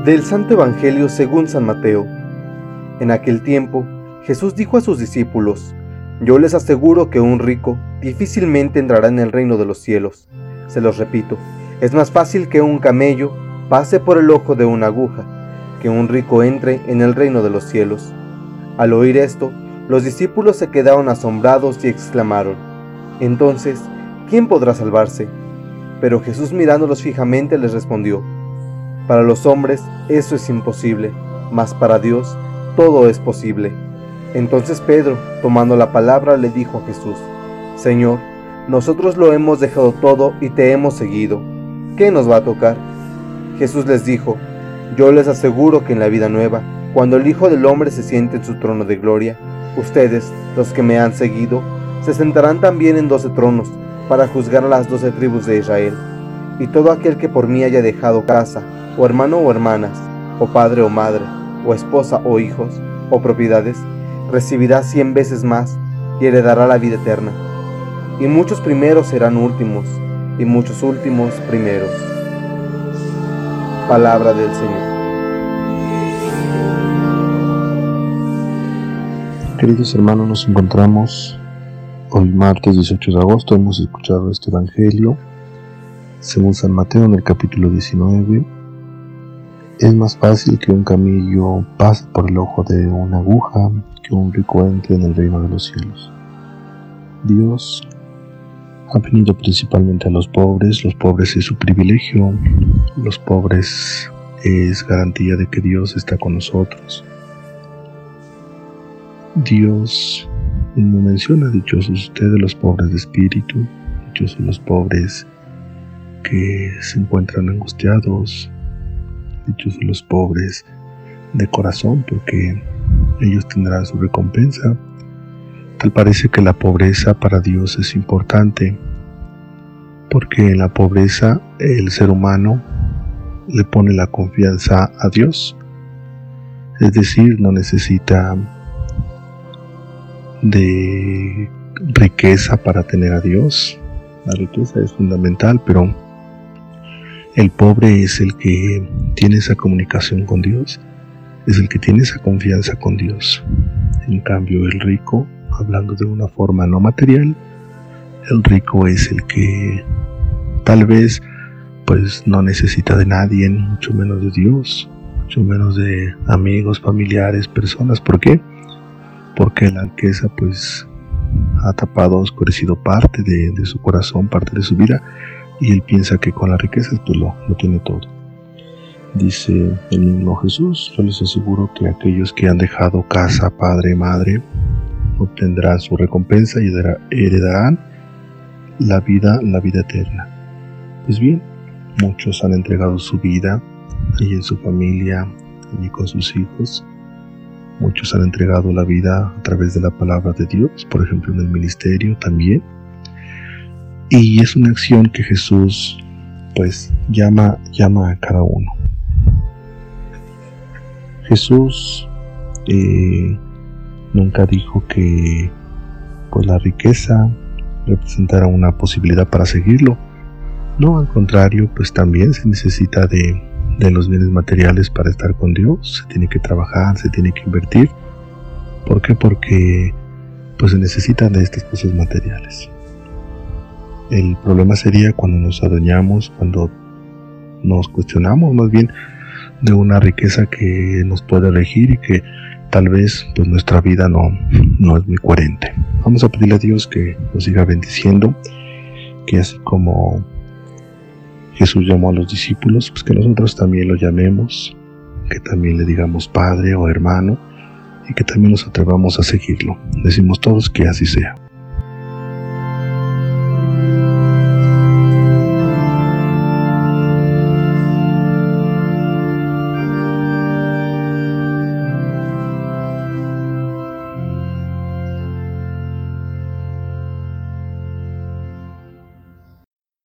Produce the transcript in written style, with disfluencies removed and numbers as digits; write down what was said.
Del Santo Evangelio según San Mateo. En aquel tiempo, Jesús dijo a sus discípulos: Yo les aseguro que un rico difícilmente entrará en el reino de los cielos. Se los repito, es más fácil que un camello pase por el ojo de una aguja, que un rico entre en el reino de los cielos. Al oír esto, los discípulos se quedaron asombrados y exclamaron: Entonces, ¿quién podrá salvarse? Pero Jesús, mirándolos fijamente, les respondió: Para los hombres eso es imposible, mas para Dios todo es posible. Entonces Pedro, tomando la palabra, le dijo a Jesús: Señor, nosotros lo hemos dejado todo y te hemos seguido. ¿Qué nos va a tocar? Jesús les dijo: Yo les aseguro que en la vida nueva, cuando el Hijo del Hombre se siente en su trono de gloria, ustedes, los que me han seguido, se sentarán también en 12 tronos para juzgar a las 12 tribus de Israel. Y todo aquel que por mí haya dejado casa, o hermano o hermanas, o padre o madre, o esposa o hijos, o propiedades, recibirá 100 veces más y heredará la vida eterna. Y muchos primeros serán últimos, y muchos últimos primeros. Palabra del Señor. Queridos hermanos, nos encontramos hoy martes 18 de agosto. Hemos escuchado este Evangelio según San Mateo en el capítulo 19. Es más fácil que un camello pase por el ojo de una aguja, que un rico entre en el reino de los cielos. Dios ha venido principalmente a los pobres es su privilegio, los pobres es garantía de que Dios está con nosotros. Dios mismo menciona: dichosos ustedes los pobres de espíritu, dichosos los pobres que se encuentran angustiados, dichosos los pobres de corazón, porque ellos tendrán su recompensa. Tal parece que la pobreza para Dios es importante, porque en la pobreza el ser humano le pone la confianza a Dios, es decir, no necesita de riqueza para tener a Dios. La riqueza es fundamental, pero el pobre es el que tiene esa comunicación con Dios, es el que tiene esa confianza con Dios. En cambio, el rico, hablando de una forma no material, el rico es el que tal vez pues no necesita de nadie, mucho menos de Dios, mucho menos de amigos, familiares, personas. ¿Por qué? Porque la riqueza pues ha tapado, oscurecido parte de su corazón, parte de su vida, y él piensa que con la riqueza pues lo tiene todo. Dice el mismo Jesús: yo les aseguro que aquellos que han dejado casa, padre, madre, obtendrán su recompensa y heredarán la vida eterna. Pues bien, muchos han entregado su vida allí en su familia, allí con sus hijos. Muchos han entregado la vida a través de la palabra de Dios, por ejemplo en el ministerio también. Y es una acción que Jesús pues llama a cada uno. Jesús nunca dijo que pues la riqueza representara una posibilidad para seguirlo. No, al contrario, pues también se necesita de los bienes materiales para estar con Dios. Se tiene que trabajar, se tiene que invertir. ¿Por qué? Porque pues se necesitan de estas cosas materiales. El problema sería cuando nos adueñamos, cuando nos cuestionamos más bien de una riqueza que nos puede regir y que tal vez pues nuestra vida no es muy coherente. Vamos a pedirle a Dios que nos siga bendiciendo, que así como Jesús llamó a los discípulos, pues que nosotros también lo llamemos, que también le digamos padre o hermano, y que también nos atrevamos a seguirlo. Decimos todos que así sea.